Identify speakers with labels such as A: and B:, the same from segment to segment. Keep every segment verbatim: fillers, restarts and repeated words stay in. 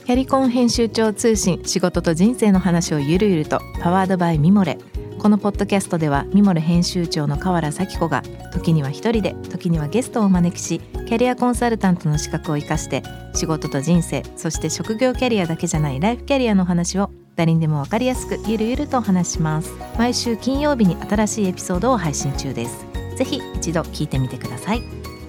A: キャリコン編集長通信、仕事と人生の話をゆるゆると、パワードバイミモレ。このポッドキャストではミモレ編集長の河原咲子が時には一人で、時にはゲストをお招きし、キャリアコンサルタントの資格を生かして仕事と人生、そして職業キャリアだけじゃないライフキャリアの話を誰にでも分かりやすくゆるゆるとお話します。毎週金曜日に新しいエピソードを配信中です。ぜひ一度聞いてみてください。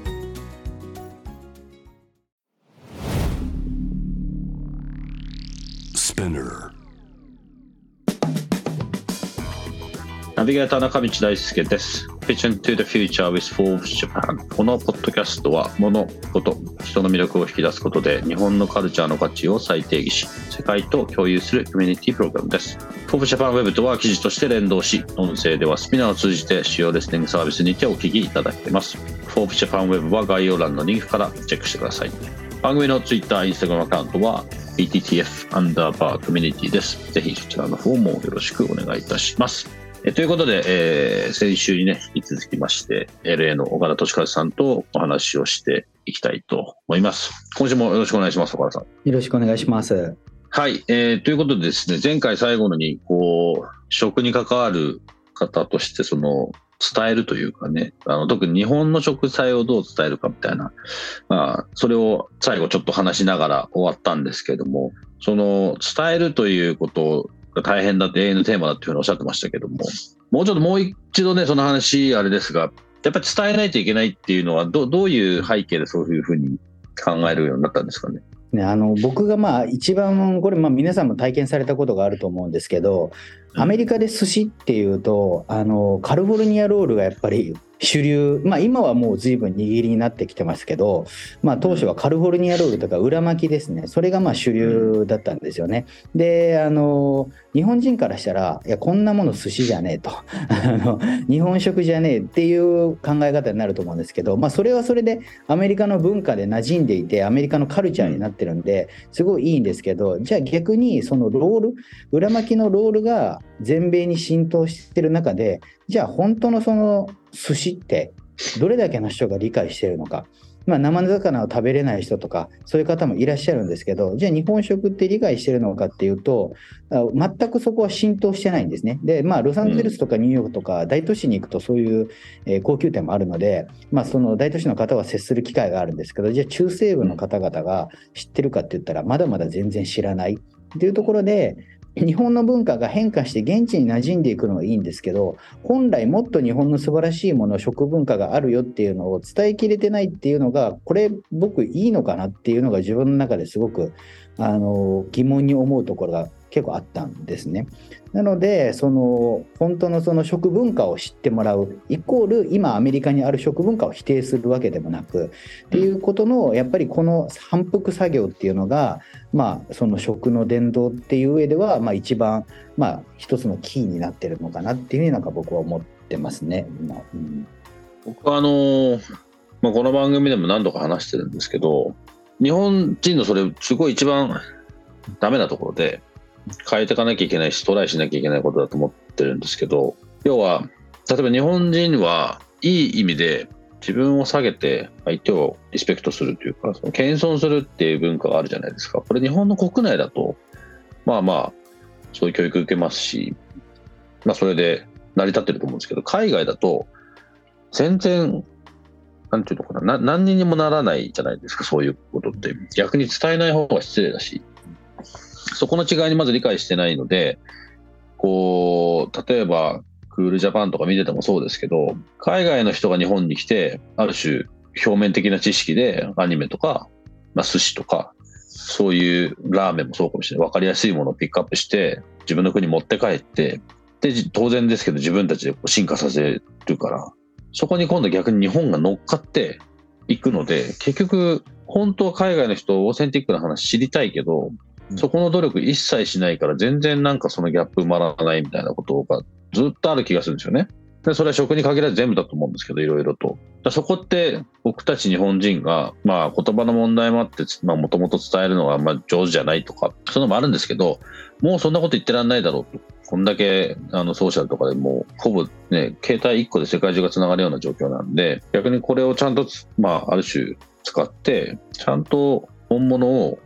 B: ナビゲーター中道大輔です。Vision to the Future with Forbes Japan。 このポッドキャストは物事人の魅力を引き出すことで日本のカルチャーの価値を再定義し、世界と共有するコミュニティプログラムです。 Forbes Japan Web とは記事として連動し、音声ではスピナーを通じて主要リスニングサービスにてお聞きいただけます。 Forbes Japan Web は概要欄のリンクからチェックしてください。番組の Twitter、Instagram アカウントは ビーティーティーエフ アンダーバーコミュニティです。ぜひそちらの方もよろしくお願いいたします。えということで、えー、先週にね引き続きまして エルエー の岡田俊和さんとお話をしていきたいと思います。今週もよろしくお願いします。岡田さん、
C: よろしくお願いします。
B: はい、えー、ということでですね、前回最後のにこう食に関わる方としてその伝えるというかね、あの特に日本の食材をどう伝えるかみたいな、まあ、それを最後ちょっと話しながら終わったんですけれども、その伝えるということが大変だって永遠のテーマだっていうふうにおっしゃってましたけども、もうちょっともう一度ねその話あれですが、やっぱり伝えないといけないっていうのは ど, どういう背景でそういうふうに考えるようになったんですかね。
C: ね、あの僕がまあ一番これまあ皆さんも体験されたことがあると思うんですけど、アメリカで寿司っていうとあのカリフォルニアロールがやっぱり主流、まあ、今はもう随分握りになってきてますけど、まあ、当初はカリフォルニアロールとか裏巻きですね、それがまあ主流だったんですよね。であの日本人からしたらいやこんなもの寿司じゃねえとあの日本食じゃねえっていう考え方になると思うんですけど、まあ、それはそれでアメリカの文化で馴染んでいてアメリカのカルチャーになってるんですごいいいんですけど、じゃあ逆にそのロール裏巻きのロールが全米に浸透してる中で、じゃあ本当のその寿司ってどれだけの人が理解しているのか、まあ、生魚を食べれない人とかそういう方もいらっしゃるんですけど、じゃあ日本食って理解しているのかっていうと全くそこは浸透してないんですね。で、まあ、ロサンゼルスとかニューヨークとか大都市に行くとそういう、えー、高級店もあるので、まあ、その大都市の方は接する機会があるんですけど、じゃあ中西部の方々が知ってるかって言ったらまだまだ全然知らないっていうところで、日本の文化が変化して現地に馴染んでいくのはいいんですけど、本来もっと日本の素晴らしいもの、食文化があるよっていうのを伝えきれてないっていうのが、これ僕いいのかなっていうのが自分の中ですごくあの疑問に思うところが結構あったんですね。なのでその本当のその食文化を知ってもらうイコール今アメリカにある食文化を否定するわけでもなくっていうことの、やっぱりこの反復作業っていうのが、まあ、その食の伝道っていう上では、まあ、一番、まあ、一つのキーになってるのかなっていうふうになんか僕は思ってますね。今、うん、
B: 僕はあの、まあ、この番組でも何度か話してるんですけど、日本人のそれすごい一番ダメなところで変えていかなきゃいけないしトライしなきゃいけないことだと思ってるんですけど、要は例えば日本人はいい意味で自分を下げて相手をリスペクトするというか、その謙遜するっていう文化があるじゃないですか。これ日本の国内だとまあまあそういう教育受けますし、まあそれで成り立ってると思うんですけど、海外だと全然なんていうのかな、な何にもならないじゃないですか。そういうことって逆に伝えない方が失礼だし、そこの違いにまず理解してないので、こう例えばクールジャパンとか見ててもそうですけど、海外の人が日本に来てある種表面的な知識でアニメとか、まあ、寿司とかそういうラーメンもそうかもしれない、分かりやすいものをピックアップして自分の国に持って帰って、で当然ですけど自分たちで進化させるから、そこに今度逆に日本が乗っかっていくので、結局本当は海外の人オーセンティックな話知りたいけど、そこの努力一切しないから全然なんかそのギャップ埋まらないみたいなことがずっとある気がするんですよね。でそれは食に限らず全部だと思うんですけど、いろいろとだそこって僕たち日本人が、まあ、言葉の問題もあってもともと伝えるのがあんま上手じゃないとかそういうのもあるんですけど、もうそんなこと言ってらんないだろうと。こんだけあのソーシャルとかでもうほぼね携帯いっこで世界中がつながるような状況なんで、逆にこれをちゃんと、まあ、ある種使ってちゃんと本物を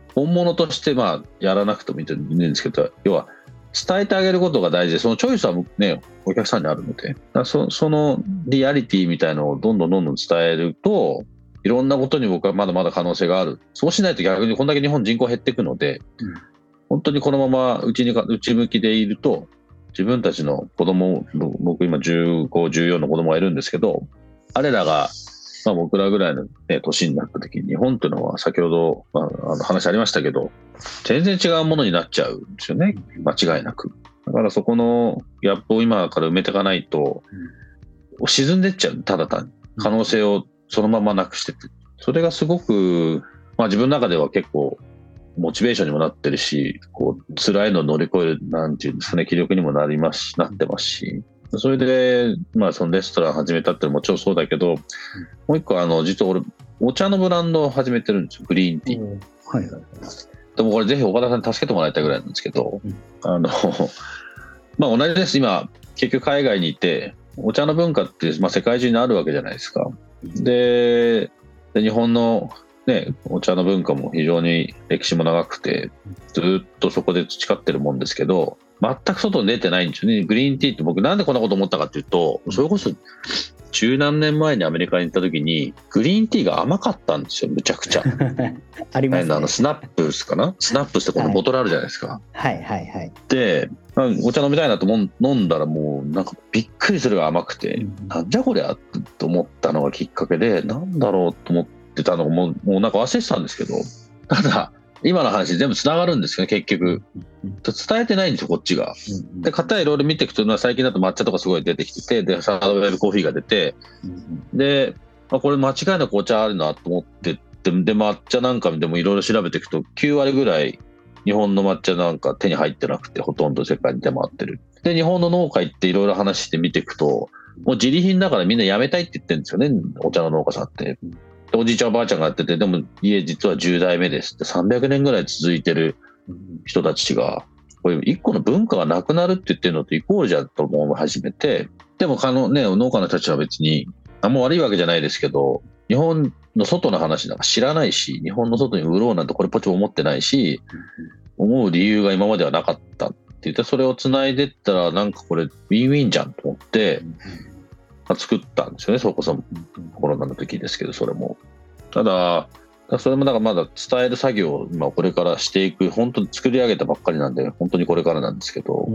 B: 本物としてまあやらなくてもいいんですけど、要は伝えてあげることが大事で、そのチョイスはねお客さんにあるので、そ, そのリアリティみたいのをどんどんどんどん伝えると、いろんなことに僕はまだまだ可能性がある。そうしないと逆にこんだけ日本人口減っていくので、うん、本当にこのまま内に内向きでいると、自分たちの子供、僕今じゅうご、じゅうよんの子供がいるんですけど、あれらが、まあ、僕らぐらいの、ね、年になった時に、日本というのは先ほど、まあ、あの話ありましたけど、全然違うものになっちゃうんですよね、間違いなく。だからそこのギャップを今から埋めていかないと、うん、沈んでっちゃう、ただ単に可能性をそのままなくしていく。それがすごく、まあ、自分の中では結構モチベーションにもなってるし、こう辛いのを乗り越えるなんていうんですかね、気力にもなりますなってますし、それで、まあ、そのレストラン始めたってのももちろんそうだけど、うん、もう一個あの実は俺お茶のブランドを始めてるんですよ、グリーンティー、
C: はいはい、
B: でもこれぜひ岡田さんに助けてもらいたいぐらいなんですけど、うん、あのまあ同じです。今結局海外にいてお茶の文化って、まあ、世界中にあるわけじゃないですか。で、で日本のね、お茶の文化も非常に歴史も長くて、ずっとそこで培ってるもんですけど、全く外に出てないんですよね。グリーンティーって僕なんでこんなこと思ったかっていうと、それこそ十何年前にアメリカに行った時にグリーンティーが甘かったんですよ、むちゃくちゃ
C: ありますね。
B: あのスナップスかな、スナップスってこのボトルあるじゃないですか。
C: はい、はいはいはい。
B: でお茶飲みたいなと飲んだらもうなんかびっくりするが甘くて、うん、なんじゃこりゃと思ったのがきっかけで、なんだろうと思ってたのがもう、もうなんか忘れてたんですけど、ただ今の話全部つながるんですよね、結局。伝えてないんですよ、こっちが。で、方いろいろ見ていくと、最近だと抹茶とかすごい出てきてて、で、サードウェブコーヒーが出て、で、あ、これ間違いなくお茶あるなと思ってで、で、抹茶なんかでもいろいろ調べていくと、きゅうわりぐらい日本の抹茶なんか手に入ってなくて、ほとんど世界に出回ってる。で、日本の農家行っていろいろ話して見ていくと、もう自利品だからみんなやめたいって言ってるんですよね、お茶の農家さんって。おじいちゃんおばあちゃんがやってて、でも家実はじゅうだいめですってさんびゃくねんぐらい続いてる人たちが、これ一個の文化がなくなるって言ってるのとイコールじゃんと思い始めて、でもあの、ね、農家の人たちは別にあんま悪いわけじゃないですけど、日本の外の話なんか知らないし、日本の外に売ろうなんてこれっぽっちも思ってないし、思う理由が今まではなかったって言って、それをつないでったらなんかこれウィンウィンじゃんと思って、作ったんですよね、そこそコロナの時ですけど、それも。ただ、それもだからまだ伝える作業を今これからしていく、本当に作り上げたばっかりなんで、本当にこれからなんですけど、うん、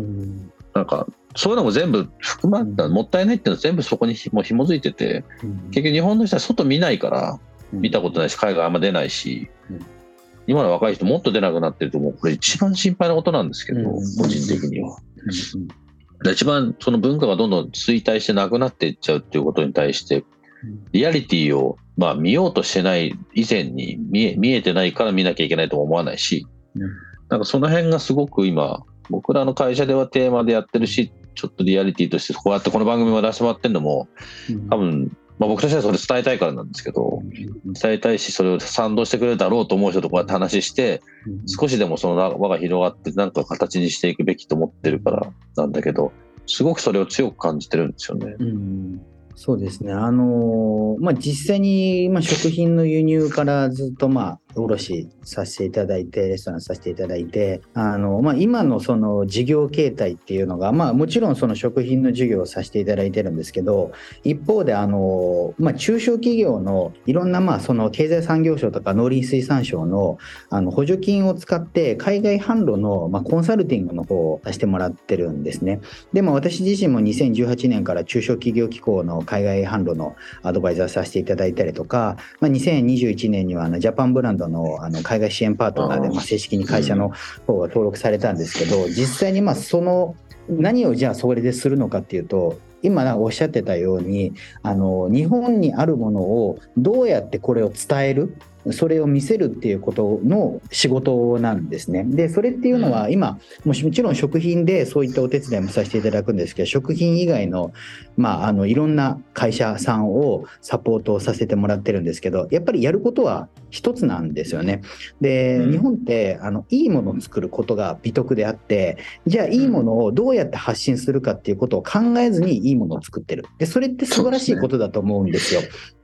B: なんかそういうのも全部含まれた、もったいないっていうのは全部そこにもう紐づいてて、うん、結局日本の人は外見ないから、見たことないし、海外あんま出ないし、うん、今の若い人もっと出なくなってると思う。これ一番心配なことなんですけど、うん、個人的には。うん一番その文化がどんどん衰退してなくなっていっちゃうっていうことに対してリアリティをまあ見ようとしてない以前に見え、見えてないから見なきゃいけないとも思わないし、なんかその辺がすごく今僕らの会社ではテーマでやってるし、ちょっとリアリティとしてこうやってこの番組も出してもらってるのも多分、まあ、僕としてはそれ伝えたいからなんですけど、伝えたいしそれを賛同してくれるだろうと思う人とこうやって話して少しでもその輪が広がってなんか形にしていくべきと思ってるからなんだけど、すごくそれを強く感じてるんですよね。
C: うん、そうですね。あのーまあ、実際に、まあ、食品の輸入からずっと、まあ、卸させていただいて、レストランさせていただいて、あの、まあ、今のその事業形態っていうのが、まあ、もちろんその食品の事業をさせていただいてるんですけど、一方で、あの、まあ、中小企業のいろんな、まあ、その経済産業省とか農林水産省の、あの補助金を使って海外販路の、まあ、コンサルティングの方をさせてもらってるんですね。でも私自身もにせんじゅうはちねんから中小企業機構の海外販路のアドバイザーさせていただいたりとか、まあ、にせんにじゅういちねんにはあのジャパンブランドのあの海外支援パートナーでまあ正式に会社の方が登録されたんですけど、実際にまあその何をじゃあそれでするのかっていうと、今おっしゃってたようにあの日本にあるものをどうやってこれを伝える、それを見せるっていうことの仕事なんですね。でそれっていうのは今もちろん食品でそういったお手伝いもさせていただくんですけど、食品以外の、まあ、あのいろんな会社さんをサポートさせてもらってるんですけど、やっぱりやることは一つなんですよね。で、うん、日本ってあのいいものを作ることが美徳であって、じゃあいいものをどうやって発信するかっていうことを考えずにいいものを作ってる。でそれって素晴らしいことだと思うんですよ。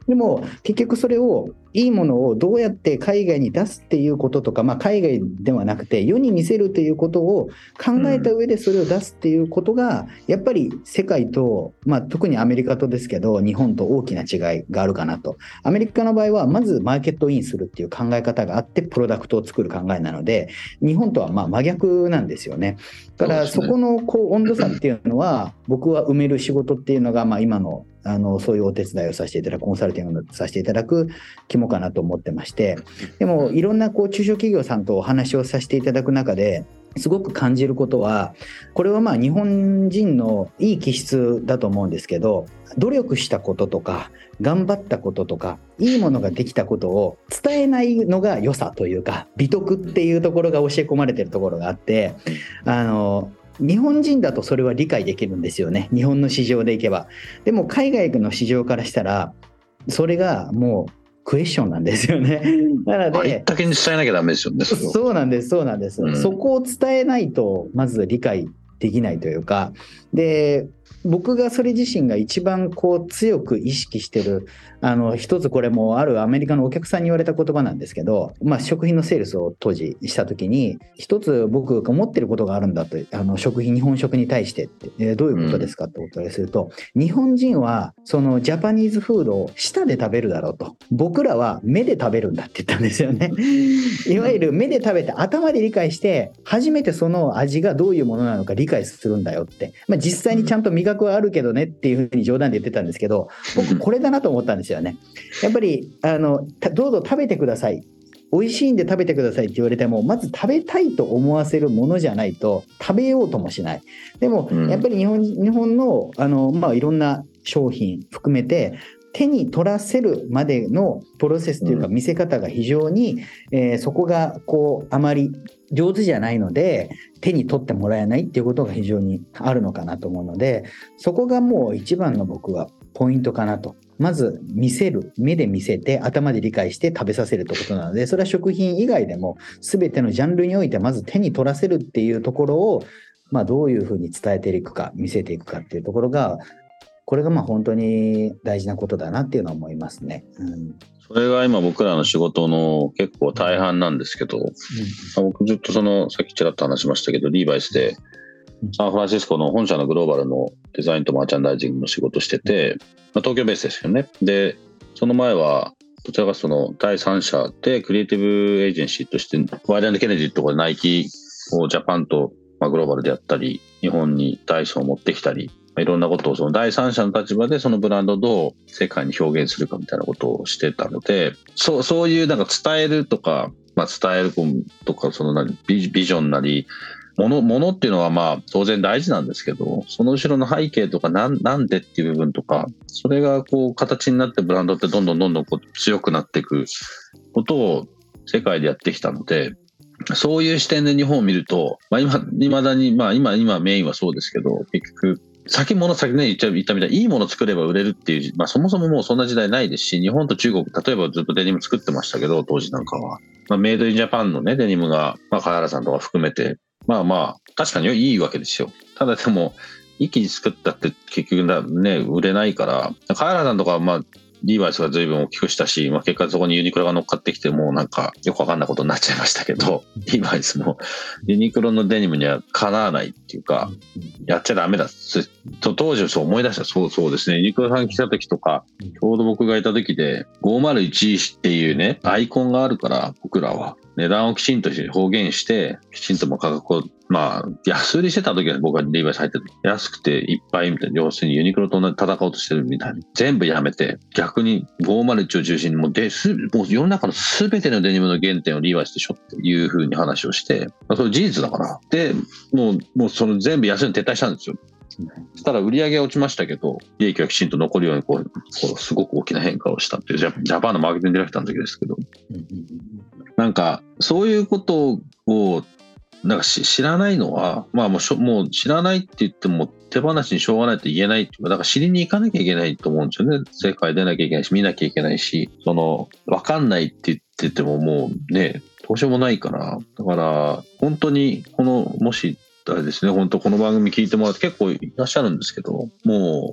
C: でも結局それをいいものをどうやって海外に出すっていうこととか、まあ、海外ではなくて世に見せるということを考えた上でそれを出すっていうことがやっぱり世界と、まあ、特にアメリカとですけど日本と大きな違いがあるかなと。アメリカの場合はまずマーケットインするっていう考え方があってプロダクトを作る考えなので、日本とはまあ真逆なんですよね。だからそこのこう温度差っていうのは僕は埋める仕事っていうのがまあ今のあのそういうお手伝いをさせていただくコンサルティングをさせていただく肝かなと思ってまして、でもいろんなこう中小企業さんとお話をさせていただく中ですごく感じることは、これはまあ日本人のいい気質だと思うんですけど、努力したこととか頑張ったこととかいいものができたことを伝えないのが良さというか美徳っていうところが教え込まれているところがあって、あの日本人だとそれは理解できるんですよね、日本の市場でいけば。でも海外の市場からしたらそれがもうクエスチョンなんですよね。なので
B: ありったけに伝えなきゃダメですよね。そ
C: そうなんですそうなんです、うん、そこを伝えないとまず理解できないというか、で僕がそれ自身が一番こう強く意識してるあの一つ、これもあるアメリカのお客さんに言われた言葉なんですけど、まあ、食品のセールスを当時した時に一つ僕が思ってることがあるんだと、あの食品日本食に対してって、えー、どういうことですかってことですると、うん、日本人はそのジャパニーズフードを舌で食べるだろうと、僕らは目で食べるんだって言ったんですよね。いわゆる目で食べて頭で理解して初めてその味がどういうものなのか理解するんだよって、まあ、実際にちゃんと磨くはあるけどねっていうふうに冗談で言ってたんですけど、僕これだなと思ったんですよね。やっぱりあのどうぞ食べてください、美味しいんで食べてくださいって言われてもまず食べたいと思わせるものじゃないと食べようともしない。でもやっぱり日本、日本の、あの、まあ、いろんな商品含めて手に取らせるまでのプロセスというか見せ方が非常に、えー、そこがこうあまり上手じゃないので手に取ってもらえないっていうことが非常にあるのかなと思うので、そこがもう一番の僕はポイントかなと。まず見せる、目で見せて頭で理解して食べさせるってことなので、それは食品以外でも全てのジャンルにおいてまず手に取らせるっていうところを、まあ、どういうふうに伝えていくか見せていくかっていうところが、これがまあ本当に大事なことだなっていうのは思いますね。うん、そ
B: れが今僕らの仕事の結構大半なんですけど、うん、僕ずっとそのさっきちらっと話しましたけどリーバイスでサンフランシスコの本社のグローバルのデザインとマーチャンダイジングの仕事してて、まあ、東京ベースですよね。でその前はどちらかその第三者でクリエイティブエージェンシーとしてワイルド&ケネディとかナイキをジャパンとまあグローバルでやったり、日本にダイソーを持ってきたり、いろんなことをその第三者の立場でそのブランドをどう世界に表現するかみたいなことをしてたので、そう、そういうなんか伝えるとか、まあ、伝えるとかその何 ビ, ビジョンなりもの、ものっていうのはまあ当然大事なんですけど、その後ろの背景とかなん、なんでっていう部分とか、それがこう形になってブランドってどんどんどんどんこう強くなっていくことを世界でやってきたので、そういう視点で日本を見ると、まあ、今、未だに、まあ今、今メインはそうですけど、結局、先物先ね、言っちゃ言ったみたいにいいもの作れば売れるっていう、まあそもそももうそんな時代ないですし、日本と中国、例えばずっとデニム作ってましたけど、当時なんかは。まあメイドインジャパンのね、デニムが、まあ、茅原さんとか含めて、まあまあ、確かにいいわけですよ。ただでも、一気に作ったって結局だね、売れないから、茅原さんとかはまあ、リーバイスが随分大きくしたし、まあ、結果そこにユニクロが乗っかってきてもうなんかよくわかんないことになっちゃいましたけど、リーバイスもユニクロのデニムにはかなわないっていうか、やっちゃダメだと当時そう思い出した。そうそうですね。ユニクロさん来た時とか、ちょうど僕がいた時でごーまるいちっていうねアイコンがあるから、僕らは値段をきちんとして表現してきちんとも価格をまあ安売りしてた時は僕はリーバイス入ってて安くていっぱいみたいな、要するにユニクロと戦おうとしてるみたいに全部やめて逆にごーまるいちを中心にもうですもう世の中の全てのデニムの原点をリーバイスでしょっていう風に話をして、まあ、それ事実だからでもうもうその全部安いの撤退したんですよ。そしたら売り上げが落ちましたけど利益がきちんと残るようにこうこうすごく大きな変化をしたっていうジャパンのマーケティングディレクターの時ですけど、なんかそういうことをなんか知らないのは、まあもうしょもう知らないって言っても手放しにしょうがないと言えないっていうか、だから知りに行かなきゃいけないと思うんですよね。世界出なきゃいけないし、見なきゃいけないし、その分かんないって言っててももうね、どうしようもないから、だから本当にこのもしあれですね、本当この番組聞いてもらって結構いらっしゃるんですけど、もう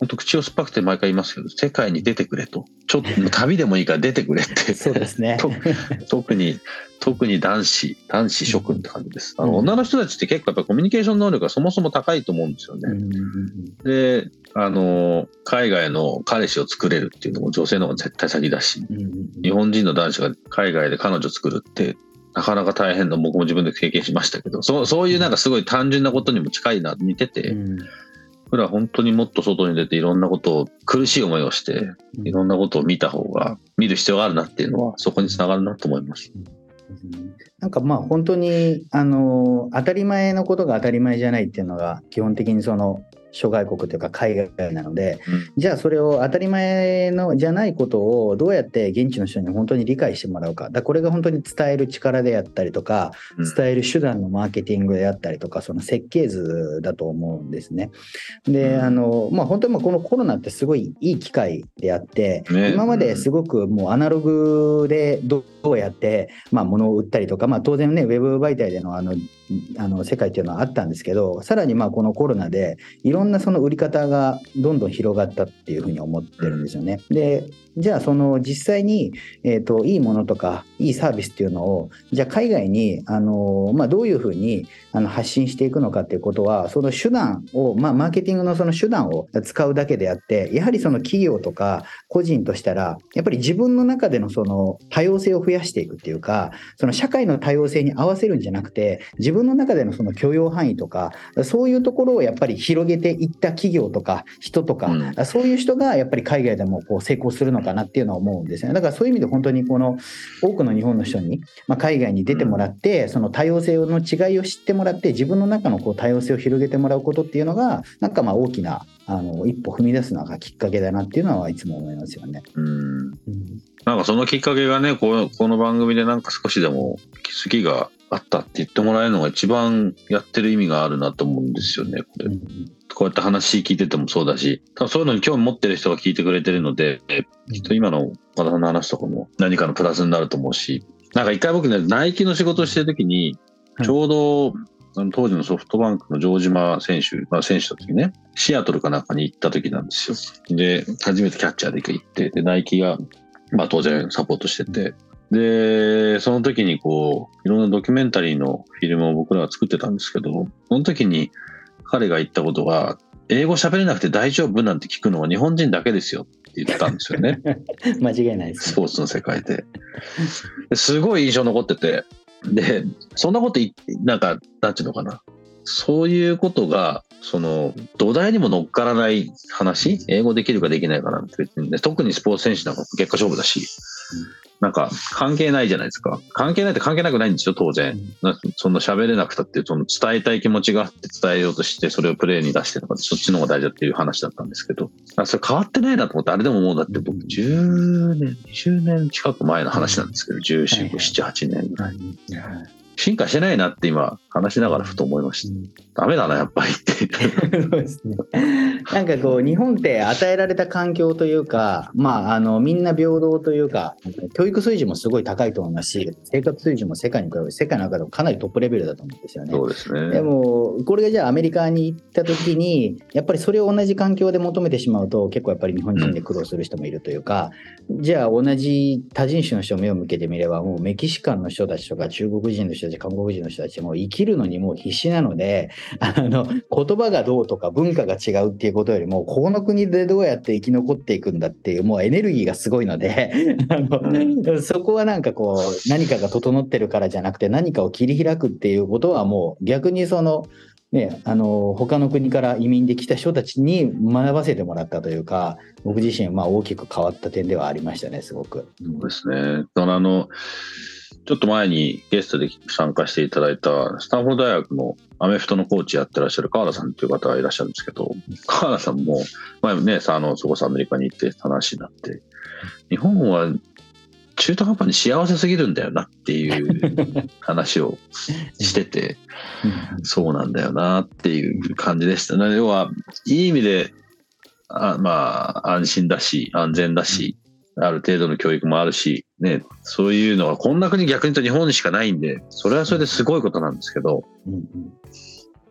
B: 本当口を酸っぱくて毎回言いますけど、世界に出てくれと、ちょっと旅でもいいから出てくれって
C: そうですね
B: と特に特に男子男子諸君って感じです。あの、
C: うん、
B: 女の人たちって結構やっぱコミュニケーション能力がそもそも高いと思うんですよね、
C: うんうんうん、
B: であの海外の彼氏を作れるっていうのも女性の方が絶対先だし、
C: うんうん、
B: 日本人の男子が海外で彼女作るってなかなか大変な、僕も自分で経験しましたけど、そう、そういうなんかすごい単純なことにも近いな、似てて、うん、これは本当にもっと外に出ていろんなことを、苦しい思いをしていろんなことを見た方が、見る必要があるなっていうのはそこにつながるなと思います。
C: なんかまあ本当にあの当たり前のことが当たり前じゃないっていうのが基本的にその諸外国というか海外なので、うん、じゃあそれを当たり前のじゃないことをどうやって現地の人に本当に理解してもらうか、だこれが本当に伝える力であったりとか、うん、伝える手段のマーケティングであったりとか、その設計図だと思うんですね。で、うん、あのまあ本当にこのコロナってすごいいい機会であって、ね、今まですごくもうアナログでどうやってまあ物を売ったりとか、まあ、当然ねウェブ媒体でのあのあの世界っていうのはあったんですけど、さらにまあこのコロナでいろんなその売り方がどんどん広がったっていうふうに思ってるんですよね。で、じゃあその実際に、えーと、いいものとかいいサービスっていうのをじゃあ海外にあの、まあ、どういうふうにあの発信していくのかっていうことは、その手段を、まあ、マーケティングのその手段を使うだけであって、やはりその企業とか個人としたらやっぱり自分の中でのその多様性を増やしていくっていうか、その社会の多様性に合わせるんじゃなくて、自分の中でのその許容範囲とかそういうところをやっぱり広げていった企業とか人とか、うん、そういう人がやっぱり海外でもこう成功するのかなっていうのは思うんですよね。だからそういう意味で本当にこの多くの日本の人に、まあ、海外に出てもらって、その多様性の違いを知ってもらって自分の中のこう多様性を広げてもらうことっていうのがなんかまあ大きなあの一歩踏み出すのがきっかけだなっていうのはいつも思いますよね。
B: うん、うん、なんかそのきっかけがね、この、この番組でなんか少しでも気づきがあったって言ってもらえるのが一番やってる意味があるなと思うんですよね。これ、うん、こうやって話聞いててもそうだし、多分そういうのに興味持ってる人が聞いてくれてるので、きっと今の岡田さんの話とかも何かのプラスになると思うし、なんか一回僕ね、ナイキの仕事をしてる時にちょうど、はい、あの当時のソフトバンクの城島選手、まあ、選手の時ね、シアトルかなんかに行った時なんですよ。で、初めてキャッチャーで行って、でナイキが、まあ、当然サポートしてて、でその時にこういろんなドキュメンタリーのフィルムを僕らは作ってたんですけど、その時に彼が言ったことが、英語喋れなくて大丈夫なんて聞くのは日本人だけですよって言ったんですよね。
C: 間違いないです、ね、
B: スポーツの世界で。すごい印象残ってて、でそんなことなんかなんていうのかな、そういうことがその土台にも乗っからない話、英語できるかできないかなんて別に、ね、特にスポーツ選手なんか結果勝負だし、なんか関係ないじゃないですか。関係ないって関係なくないんですよ当然。そんな喋れなくたってその伝えたい気持ちがあって伝えようとしてそれをプレーに出してとか、そっちの方が大事だっていう話だったんですけど、それ変わってないなと思って、あれでももうだって僕じゅうねんにじゅうねん近く前の話なんですけど、じゅうよん、なな、はちねんぐらい。進化してないなって今話しながらふと思いました。うん、ダメだなやっぱりってそうですね。
C: なんかこう日本って与えられた環境というか、まああのみんな平等というか、教育水準もすごい高いと思いますし、生活水準も世界に比べて世界の中でもかなりトップレベルだと思うんですよね。
B: そうですね。
C: でもこれがじゃあアメリカに行った時にやっぱりそれを同じ環境で求めてしまうと結構やっぱり日本人で苦労する人もいるというか、うん、じゃあ同じ多人種の人を目を向けてみれば、もうメキシカンの人たちとか中国人の人たち、韓国人の人たちも生きるのにもう必死なので、あの言葉がどうとか文化が違うっていうことよりも、この国でどうやって生き残っていくんだっていうもうエネルギーがすごいのであのそこはなんかこう何かが整ってるからじゃなくて、何かを切り開くっていうことはもう逆にそのね、あの他の国から移民で来た人たちに学ばせてもらったというか、僕自身まあ大きく変わった点ではありましたね、すごく。
B: そうですね。だからあのちょっと前にゲストで参加していただいたスタンフォード大学のアメフトのコーチやってらっしゃる川田さんという方がいらっしゃるんですけど、川田さんも前ね、あのそこそアメリカに行って話になって、日本は中途半端に幸せすぎるんだよなっていう話をしててそうなんだよなっていう感じでしたね。要はいい意味であまあ安心だし安全だし、ある程度の教育もあるし、ね、そういうのはこんな国逆に言うと日本にしかないんで、それはそれですごいことなんですけど、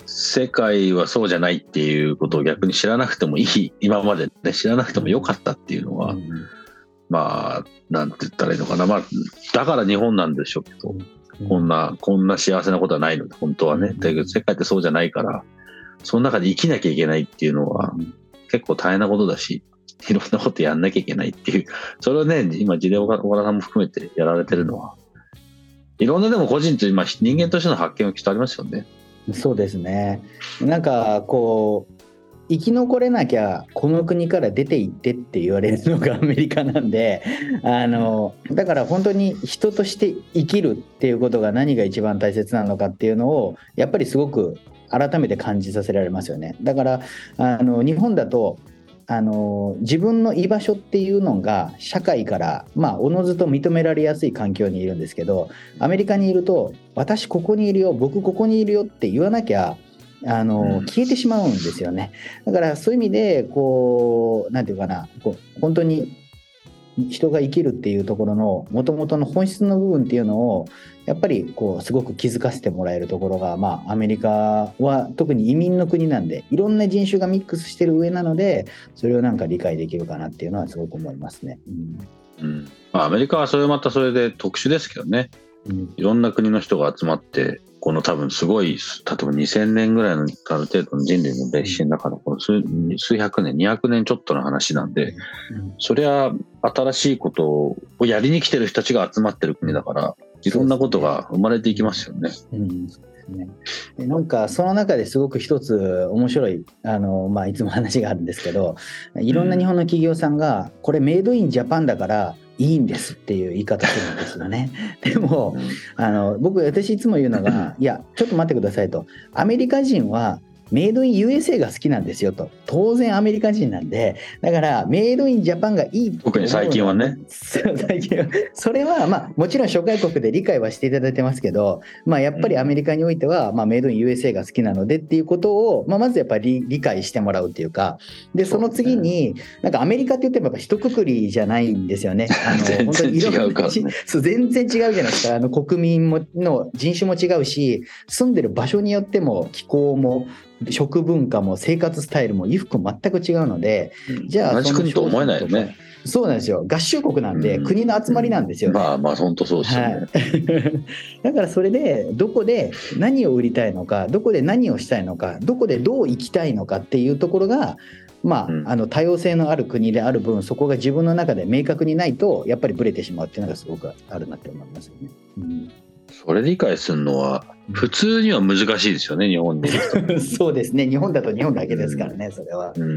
B: 世界はそうじゃないっていうことを逆に知らなくてもいい、今まで、ね、知らなくてもよかったっていうのは、うん、まあなんて言ったらいいのかな、まあ、だから日本なんでしょうけど、うん、こんなこんな幸せなことはないので本当はね、うん、だけど世界ってそうじゃないから、その中で生きなきゃいけないっていうのは結構大変なことだし、いろんなことやんなきゃいけないっていう、それをね今ジレオ岡田さんも含めてやられてるのは、いろんなでも個人という、まあ、人間としての発見はきっとありますよね。
C: そうですね。なんかこう生き残れなきゃこの国から出て行ってって言われるのがアメリカなんで、あのだから本当に人として生きるっていうことが何が一番大切なのかっていうのをやっぱりすごく改めて感じさせられますよね。だからあの日本だとあの自分の居場所っていうのが社会からまあおのずと認められやすい環境にいるんですけど、アメリカにいると私ここにいるよ、僕ここにいるよって言わなきゃあの消えてしまうんですよね。だからそういう意味でこうなんていうかな、こう本当に人が生きるっていうところの元々の本質の部分っていうのをやっぱりこうすごく気づかせてもらえるところが、まあアメリカは特に移民の国なんでいろんな人種がミックスしてる上なので、それをなんか理解できるかなっていうのはすごく思いますね。
B: うんうん、まあ、アメリカはそれまたそれで特殊ですけどね、うん、いろんな国の人が集まってこの多分すごい例えばにせんねんぐらいのある程度の人類の歴史の中のこの 数, 数百年にひゃくねんちょっとの話なんで、うん、そりゃ新しいことをやりに来てる人たちが集まってる国だからいろんなことが生まれていきますよね。うん、
C: でなんかその中ですごく一つ面白いあの、まあ、いつも話があるんですけど、いろんな日本の企業さんがこれメイドインジャパンだからいいんですっていう言い方するんですよね。でもあの僕私いつも言うのがいやちょっと待ってくださいと、アメリカ人はメイドイン ユーエスエー が好きなんですよと。当然アメリカ人なんで、だからメイドインジャパンがいいって。
B: 特に最近はね。
C: 最近はそれはまあもちろん諸外国で理解はしていただいてますけど、まあやっぱりアメリカにおいてはまあメイドイン ユーエスエー が好きなのでっていうことをまあまずやっぱり理解してもらうっていうか、でその次になんかアメリカって言ってもやっぱ一括りじゃないんですよね。あの
B: 全然違うから、ね、
C: そう全然違うじゃないですか。あの国民もの人種も違うし、住んでる場所によっても気候も食文化も生活スタイルも衣服も全く違うので、
B: うん、じゃあ同じ国と思えないよね。
C: そうなんですよ。合衆国なんで、うん、国の集まりなんですよ、ね、
B: まあまあ本当そうですよね、はい、
C: だからそれでどこで何を売りたいのか、どこで何をしたいのか、どこでどう生きたいのかっていうところがまあ、うん、あの多様性のある国である分、そこが自分の中で明確にないとやっぱりブレてしまうっていうのがすごくあるなって思いますよね、うん、
B: それ理解するのは普通には難しいですよね、日本で
C: そうですね、日本だと日本だけですからね、うん、それは、うんうん、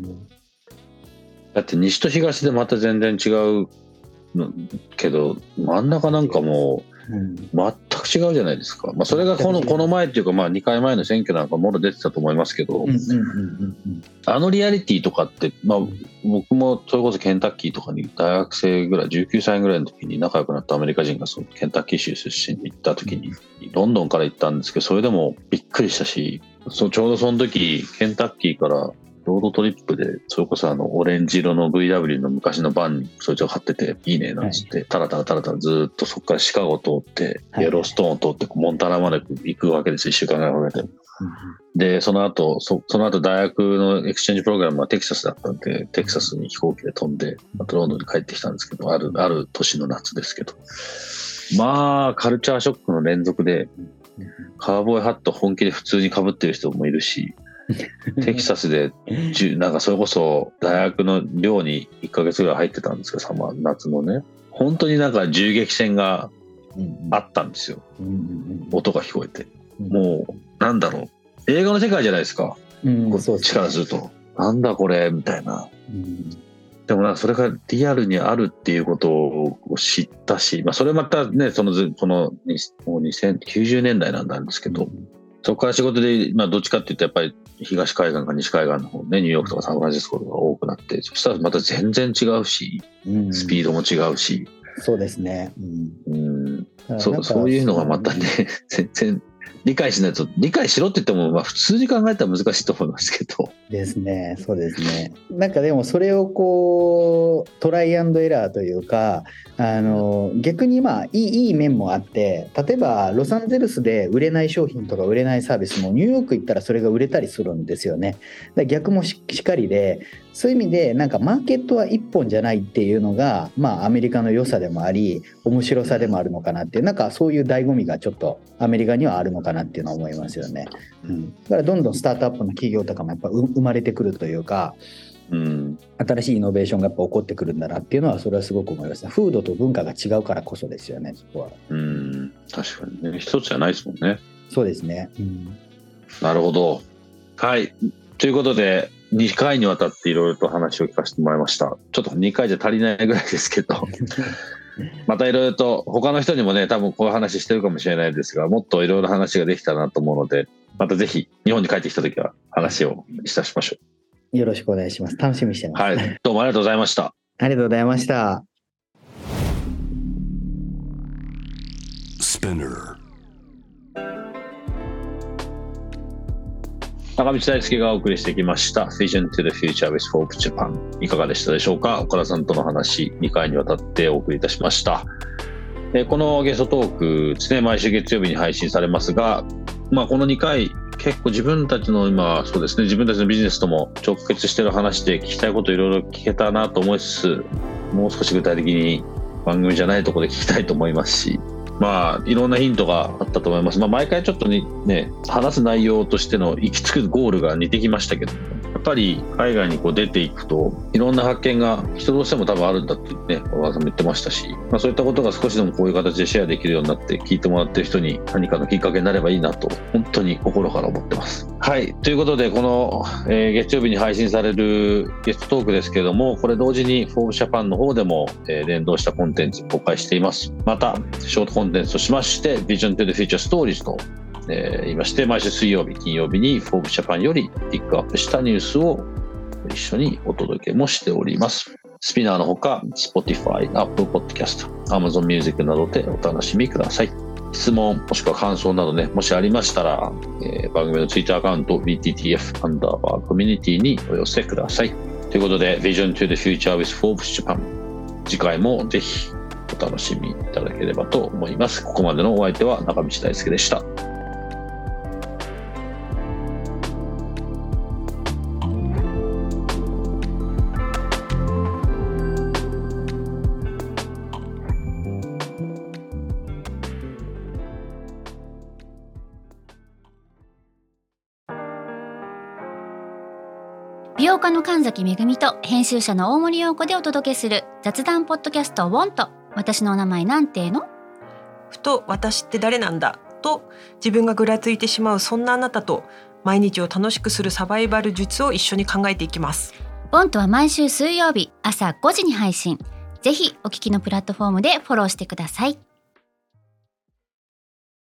B: だって西と東でまた全然違うけど真ん中なんかもう全く違うじゃないですか、まあ、それがこの、この前っていうかまあにかいまえの選挙なんかもろ出てたと思いますけど、あのリアリティとかって、まあ、僕もそれこそケンタッキーとかに大学生ぐらいじゅうきゅうさいぐらいの時に仲良くなったアメリカ人がそのケンタッキー州出身に行った時にロンドンから行ったんですけど、それでもびっくりしたし、そうちょうどその時ケンタッキーからロードトリップでそれこそあのオレンジ色の ブイダブリュー の昔のバンにそいつが買ってていいねなんつって、はい、タラタラタラタラずっとそこからシカゴ通ってイエローストーンを通ってモンタナまで行くわけですよ、いっしゅうかんぐらいかけて、うん、でその後 そ, その後大学のエクスチェンジプログラムはテキサスだったんでテキサスに飛行機で飛んでまたロンドンに帰ってきたんですけど、あるある年の夏ですけど、まあカルチャーショックの連続でカーボーイハット本気で普通に被ってる人もいるし、テキサスでなんかそれこそ大学の寮にいっかげつぐらい入ってたんですけど、サマー夏のね、本当になんか銃撃戦があったんですよ、音が聞こえて、もうなんだろう映画の世界じゃないですか、うん、こっちからするとなんだこれみたいな、うん、でもなんかそれがリアルにあるっていうことを知ったし、まあ、それまたねそのこのもうにせんきゅうじゅうねんだいなんですけど、うん、そこから仕事で、まあ、どっちかっていうとやっぱり東海岸か西海岸の方ね、ニューヨークとかサンフランシスコが多くなって、そしたらまた全然違うし、うん、スピードも違うし、
C: そうですね、うん、
B: うん、そう、そういうのがまたね全然理解しないと、理解しろって言っても、まあ、普通に考えたら難しいと思いますけど。
C: ですね、そうですね。なんかでもそれをこうトライアンドエラーというか、あの逆にまあいい、いい面もあって、例えばロサンゼルスで売れない商品とか売れないサービスもニューヨーク行ったらそれが売れたりするんですよね。だから逆もしっかりで、そういう意味でなんかマーケットは一本じゃないっていうのが、まあアメリカの良さでもあり面白さでもあるのかなっていう、なんかそういう醍醐味がちょっとアメリカにはあるのかなっていうのは思いますよね。うん、だからどんどんスタートアップの企業とかもやっぱ生まれてくるというか、うん、新しいイノベーションがやっぱ起こってくるんだなっていうのは、それはすごく思いますね。風土と文化が違うからこそですよね、そこは。
B: うん、確かにね、一つじゃないですもんね。
C: そうですね、うん、
B: なるほど。はい、ということでにかいにわたっていろいろと話を聞かせてもらいました。ちょっとにかいじゃ足りないぐらいですけどまたいろいろと他の人にもね、多分こういう話してるかもしれないですが、もっといろいろ話ができたなと思うので、またぜひ日本に帰ってきた時は話をいたしましょ
C: う。よろしくお願いします。楽しみにしてます。
B: はい、どうもありがとうございました。
C: ありがとうございました。
B: Spinner。中道大輔がお送りしてきました Vision to the Future with Forbes Japan、 いかがでしたでしょうか。岡田さんとの話にかいにわたってお送りいたしました。このゲストトークですね、毎週月曜日に配信されますが、まあ、このにかい結構自分たちの今そうですね、自分たちのビジネスとも直結している話で聞きたいこといろいろ聞けたなと思いつつ、もう少し具体的に番組じゃないところで聞きたいと思いますし、まあいろんなヒントがあったと思います。まあ、毎回ちょっとね、話す内容としての行き着くゴールが似てきましたけど、やっぱり海外にこう出ていくといろんな発見が人としても多分あるんだってね、小川さんも言ってましたし、まあ、そういったことが少しでもこういう形でシェアできるようになって聞いてもらってる人に何かのきっかけになればいいなと本当に心から思ってます。はい、ということでこの、えー、月曜日に配信されるゲストトークですけれども、これ同時に Forbes Japan の方でも、えー、連動したコンテンツ公開しています。またショートコンテンツとしまして Vision to the Future Stories とえー、言いまして、毎週水曜日金曜日に Forbes Japan よりピックアップしたニュースを一緒にお届けもしております。スピナーのほか Spotify、Apple Podcast、Amazon Music などでお楽しみください。質問もしくは感想などね、もしありましたら、えー、番組の Twitter アカウント ビーティーティーエフ アンダーバーコミュニティにお寄せください。ということで Vision to the Future with Forbes Japan、 次回もぜひお楽しみいただければと思います。ここまでのお相手は中道大輔でした。
D: 美容家の神崎めぐみと編集者の大森洋子でお届けする雑談ポッドキャストウォンと、私のお名前なんての？
E: ふと私って誰なんだと自分がぐらついてしまうそんなあなたと、毎日を楽しくするサバイバル術を一緒に考えていきます。
D: ウォンとは毎週水曜日朝ごじに配信。ぜひお聞きのプラットフォームでフォローしてください。